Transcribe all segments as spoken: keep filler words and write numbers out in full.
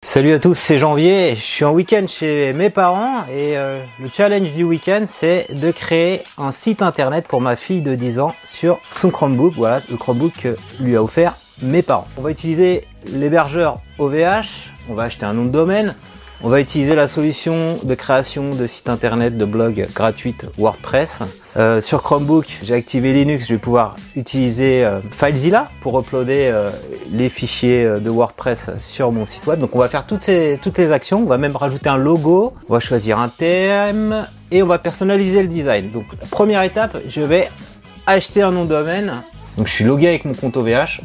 Salut à tous, c'est Janvier, je suis en week-end chez mes parents et euh, le challenge du week-end c'est de créer un site internet pour ma fille de dix ans sur son Chromebook, voilà le Chromebook que lui a offert mes parents. On va utiliser l'hébergeur O V H, on va acheter un nom de domaine, on va utiliser la solution de création de site internet, de blog gratuite WordPress. Euh, sur Chromebook, j'ai activé Linux, je vais pouvoir utiliser euh, FileZilla pour uploader euh, les fichiers de WordPress sur mon site web. Donc on va faire toutes, ces, toutes les actions, on va même rajouter un logo, on va choisir un thème et on va personnaliser le design. Donc la première étape, je vais acheter un nom de domaine. Donc je suis logué avec mon compte O V H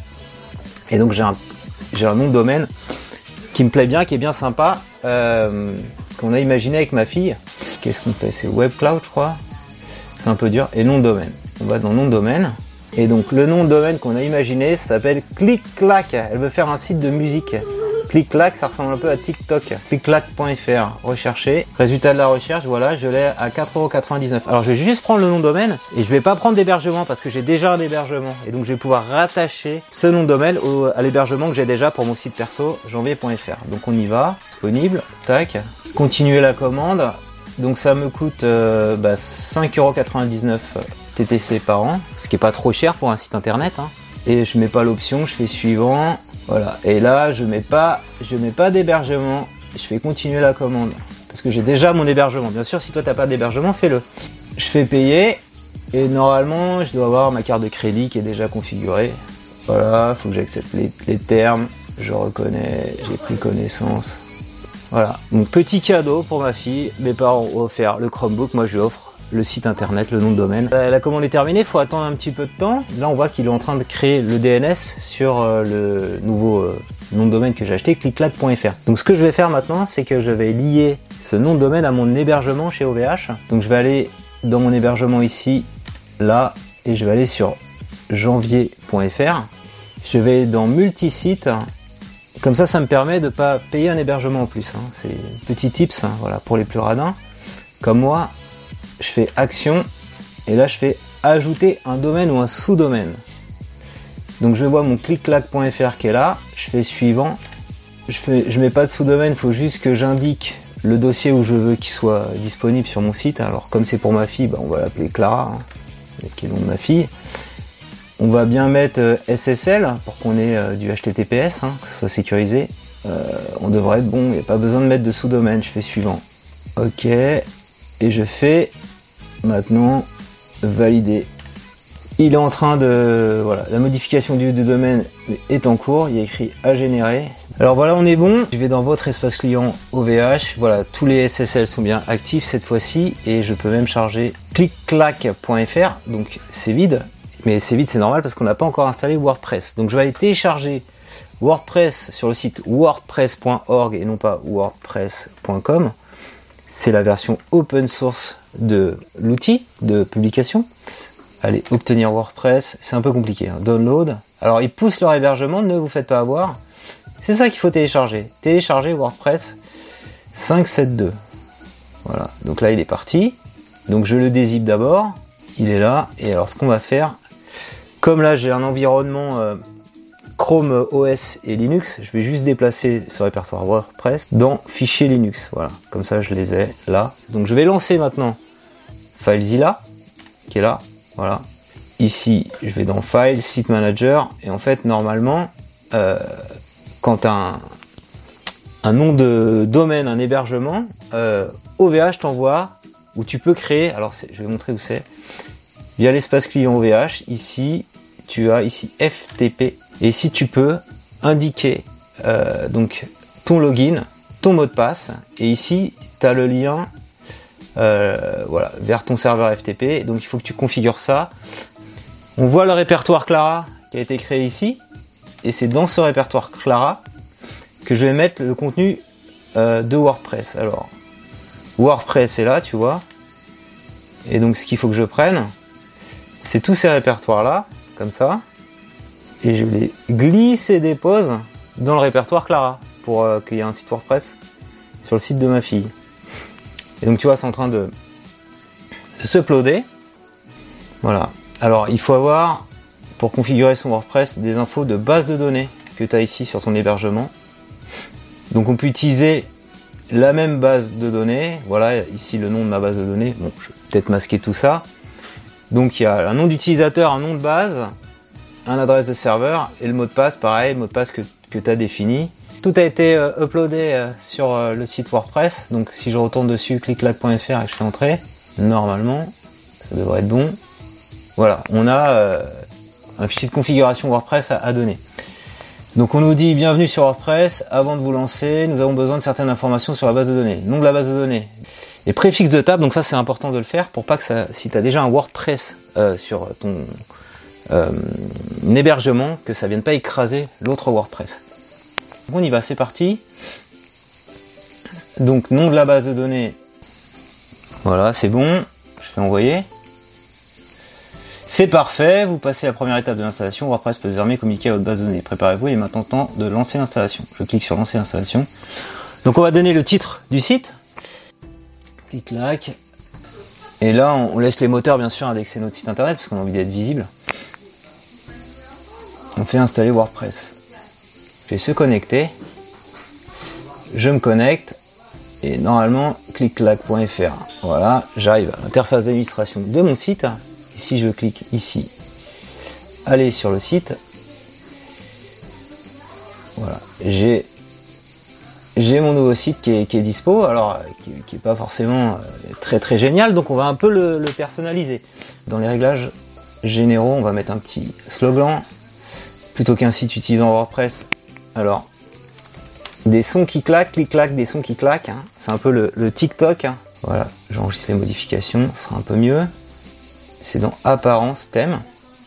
et donc j'ai un, j'ai un nom de domaine qui me plaît bien, qui est bien sympa, euh, qu'on a imaginé avec ma fille. Qu'est-ce qu'on fait? C'est WebCloud, je crois. C'est un peu dur. Et nom de domaine. On va dans nom de domaine. Et donc le nom de domaine qu'on a imaginé, ça s'appelle Clic-Clac. Elle veut faire un site de musique. Clic-Clac, ça ressemble un peu à TikTok. Clic-Clac point F R. Rechercher. Résultat de la recherche, voilà, je l'ai à quatre euros quatre-vingt-dix-neuf. Alors je vais juste prendre le nom de domaine et je vais pas prendre d'hébergement parce que j'ai déjà un hébergement. Et donc je vais pouvoir rattacher ce nom de domaine au, à l'hébergement que j'ai déjà pour mon site perso, janvier point F R. Donc on y va. Disponible. Tac. Continuer la commande. Donc ça me coûte euh, bah, cinq euros quatre-vingt-dix-neuf T T C par an, ce qui est pas trop cher pour un site internet. Hein. Et je mets pas l'option, je fais suivant. Voilà. Et là, je mets pas, je mets pas d'hébergement. Je fais continuer la commande parce que j'ai déjà mon hébergement. Bien sûr, si toi t'as pas d'hébergement, fais-le. Je fais payer et normalement, je dois avoir ma carte de crédit qui est déjà configurée. Voilà, faut que j'accepte les, les termes. Je reconnais, j'ai pris connaissance. Voilà, donc petit cadeau pour ma fille, mes parents ont offert le Chromebook, moi je lui offre le site internet, le nom de domaine. La commande est terminée, il faut attendre un petit peu de temps. Là on voit qu'il est en train de créer le D N S sur euh, le nouveau euh, nom de domaine que j'ai acheté, clic-clac point F R. Donc ce que je vais faire maintenant, c'est que je vais lier ce nom de domaine à mon hébergement chez O V H. Donc je vais aller dans mon hébergement ici, là, et je vais aller sur janvier point F R. Je vais dans multisite. Comme ça, ça me permet de pas payer un hébergement en plus. Hein. C'est petit tips, hein, voilà, pour les plus radins. Comme moi, je fais action et là je fais ajouter un domaine ou un sous-domaine. Donc je vois mon clic-clac point F R qui est là. Je fais suivant. Je fais, je mets pas de sous-domaine. Il faut juste que j'indique le dossier où je veux qu'il soit disponible sur mon site. Alors comme c'est pour ma fille, bah, on va l'appeler Clara, hein, qui est le nom de ma fille. On va bien mettre euh, S S L pour qu'on ait euh, du H T T P S, hein, que ce soit sécurisé. Euh, on devrait être bon, il n'y a pas besoin de mettre de sous-domaine. Je fais suivant. Ok. Et je fais maintenant valider. Il est en train de... Voilà, la modification du de domaine est en cours. Il y a écrit à générer. Alors voilà, on est bon. Je vais dans votre espace client O V H. Voilà, tous les S S L sont bien actifs cette fois-ci. Et je peux même charger clic-clac point F R. Donc c'est vide. Mais c'est vite, c'est normal parce qu'on n'a pas encore installé WordPress. Donc je vais aller télécharger WordPress sur le site wordpress point org et non pas wordpress point com. C'est la version open source de l'outil de publication. Allez, obtenir WordPress, c'est un peu compliqué. Hein. Download. Alors ils poussent leur hébergement, ne vous faites pas avoir. C'est ça qu'il faut télécharger. Télécharger WordPress cinq cent soixante-deux. Voilà, donc là il est parti. Donc je le dézip d'abord. Il est là. Et alors ce qu'on va faire... Comme là j'ai un environnement euh, Chrome O S et Linux, je vais juste déplacer ce répertoire WordPress dans fichier Linux. Voilà, comme ça je les ai là. Donc je vais lancer maintenant FileZilla, qui est là. Voilà. Ici, je vais dans File, Site Manager, et en fait normalement, euh, quand un, un nom de domaine, un hébergement, euh, O V H t'envoie, où tu peux créer, alors je vais montrer où c'est, via l'espace client O V H, ici, tu as ici F T P, et ici tu peux indiquer euh, donc ton login, ton mot de passe, et ici tu as le lien euh, voilà, vers ton serveur F T P, donc il faut que tu configures ça. On voit le répertoire Clara qui a été créé ici, et c'est dans ce répertoire Clara que je vais mettre le contenu euh, de WordPress. Alors, WordPress est là, tu vois, et donc ce qu'il faut que je prenne, c'est tous ces répertoires là, comme ça, et je les glisse et dépose dans le répertoire Clara pour euh, qu'il y ait un site WordPress sur le site de ma fille. Et donc tu vois, c'est en train de, de s'uploader. Voilà. Alors il faut avoir, pour configurer son WordPress, des infos de base de données que tu as ici sur son hébergement. Donc on peut utiliser la même base de données. Voilà, ici le nom de ma base de données. Bon, je vais peut-être masquer tout ça. Donc il y a un nom d'utilisateur, un nom de base, un adresse de serveur et le mot de passe, pareil, le mot de passe que, que tu as défini. Tout a été euh, uploadé euh, sur euh, le site WordPress. Donc si je retourne dessus, clic clac point F R et que je fais entrer, normalement, ça devrait être bon. Voilà, on a euh, un fichier de configuration WordPress à, à donner. Donc on nous dit bienvenue sur WordPress, avant de vous lancer, nous avons besoin de certaines informations sur la base de données. Nom de la base de données. Les préfixes de table, donc ça c'est important de le faire pour pas que ça, si tu as déjà un WordPress euh, sur ton euh, hébergement, que ça vienne pas écraser l'autre WordPress. Donc on y va, c'est parti. Donc nom de la base de données, voilà c'est bon, je fais envoyer. C'est parfait, vous passez la première étape de l'installation, WordPress peut désormais communiquer à votre base de données. Préparez-vous, il est maintenant temps de lancer l'installation. Je clique sur lancer l'installation. Donc on va donner le titre du site. Clic-clac. Et là on laisse les moteurs bien sûr indexer notre site internet parce qu'on a envie d'être visible. On fait installer WordPress. Je vais se connecter. Je me connecte. Et normalement, clic clac point F R. Voilà, j'arrive à l'interface d'administration de mon site. Et si je clique ici, aller sur le site, voilà, j'ai j'ai mon nouveau site qui est, qui est dispo, alors qui, qui est pas forcément très très génial, donc on va un peu le, le personnaliser. Dans les réglages généraux, on va mettre un petit slogan plutôt qu'un site utilisant WordPress. Alors, des sons qui claquent, clic clac, des sons qui claquent, hein. C'est un peu le, le TikTok. Hein. Voilà, j'enregistre les modifications, ce sera un peu mieux. C'est dans Apparence, thème.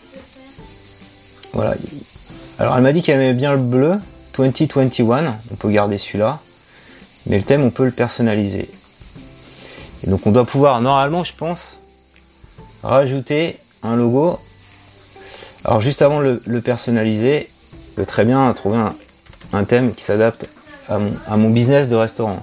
Voilà. Alors elle m'a dit qu'elle aimait bien le bleu, vingt vingt et un, on peut garder celui-là. Mais le thème, on peut le personnaliser. Et donc on doit pouvoir, normalement, je pense, rajouter un logo. Alors juste avant de le, le personnaliser, je peux très bien trouver un, un thème qui s'adapte à mon, à mon business de restaurant.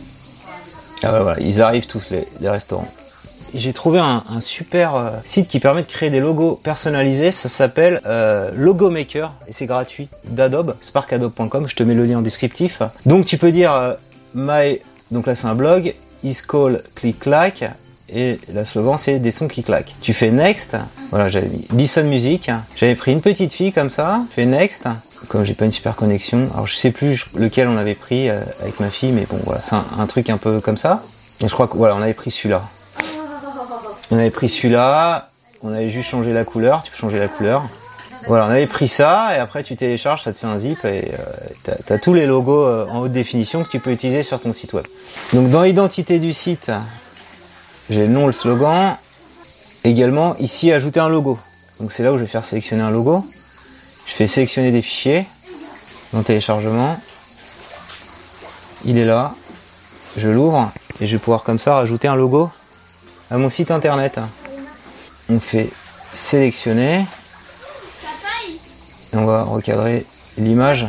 Ah ben voilà, ils arrivent tous les, les restaurants. J'ai trouvé un, un super euh, site qui permet de créer des logos personnalisés, ça s'appelle euh, Logo Maker et c'est gratuit, d'Adobe, spark adobe point com, je te mets le lien en descriptif. Donc tu peux dire euh, my, donc là c'est un blog, is call click clack et la slogan c'est des sons qui claquent. Tu fais next, voilà j'avais mis listen music, j'avais pris une petite fille comme ça, je fais next, comme j'ai pas une super connexion, alors je sais plus lequel on avait pris euh, avec ma fille, mais bon voilà c'est un, un truc un peu comme ça. Et je crois que voilà on avait pris celui-là. On avait pris celui-là, on avait juste changé la couleur, tu peux changer la couleur. Voilà, on avait pris ça, et après tu télécharges, ça te fait un zip, et euh, tu as tous les logos euh, en haute définition que tu peux utiliser sur ton site web. Donc dans l'identité du site, j'ai le nom, le slogan, également ici ajouter un logo. Donc c'est là où je vais faire sélectionner un logo. Je fais sélectionner des fichiers, dans téléchargement, il est là, je l'ouvre, et je vais pouvoir comme ça rajouter un logo à mon site internet. On fait sélectionner et on va recadrer l'image.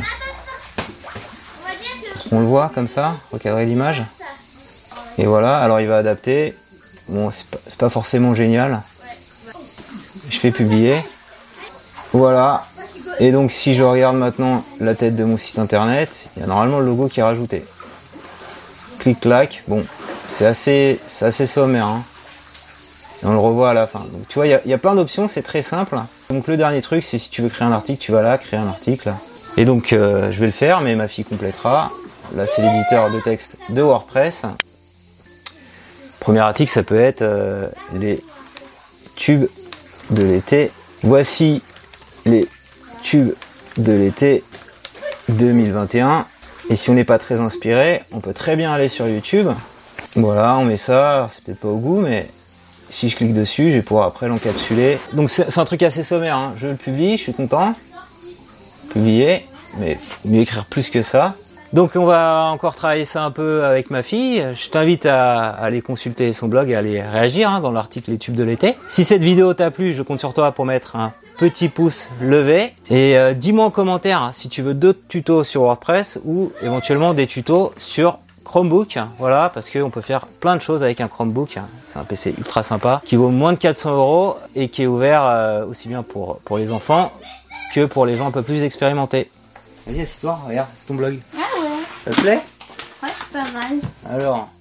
On le voit comme ça, recadrer l'image. Et voilà, alors il va adapter. Bon, c'est pas, c'est pas forcément génial. Je fais publier. Voilà. Et donc si je regarde maintenant la tête de mon site internet, il y a normalement le logo qui est rajouté. Clic-clac. Bon, c'est assez, c'est assez sommaire. Hein. Et on le revoit à la fin. Donc tu vois, il y, y a plein d'options, c'est très simple. Donc le dernier truc, c'est si tu veux créer un article, tu vas là, créer un article. Et donc euh, je vais le faire, mais ma fille complétera. Là c'est l'éditeur de texte de WordPress. Premier article, ça peut être euh, les tubes de l'été. Voici les tubes de l'été deux mille vingt et un. Et si on n'est pas très inspiré, on peut très bien aller sur YouTube. Voilà, on met ça, alors c'est peut-être pas au goût, mais si je clique dessus, je vais pouvoir après l'encapsuler. Donc c'est un truc assez sommaire, hein. Je le publie, je suis content. Publier, mais il faut mieux écrire plus que ça. Donc on va encore travailler ça un peu avec ma fille. Je t'invite à, à aller consulter son blog et à aller réagir hein, dans l'article Les tubes de l'été. Si cette vidéo t'a plu, je compte sur toi pour mettre un petit pouce levé. Et euh, dis-moi en commentaire hein, si tu veux d'autres tutos sur WordPress ou éventuellement des tutos sur Chromebook, voilà, parce qu'on peut faire plein de choses avec un Chromebook. C'est un P C ultra sympa qui vaut moins de quatre cents euros et qui est ouvert euh, aussi bien pour, pour les enfants que pour les gens un peu plus expérimentés. Vas-y, assieds-toi, regarde, c'est ton blog. Ah ouais. Ça te plaît? Ouais, c'est pas mal. Alors,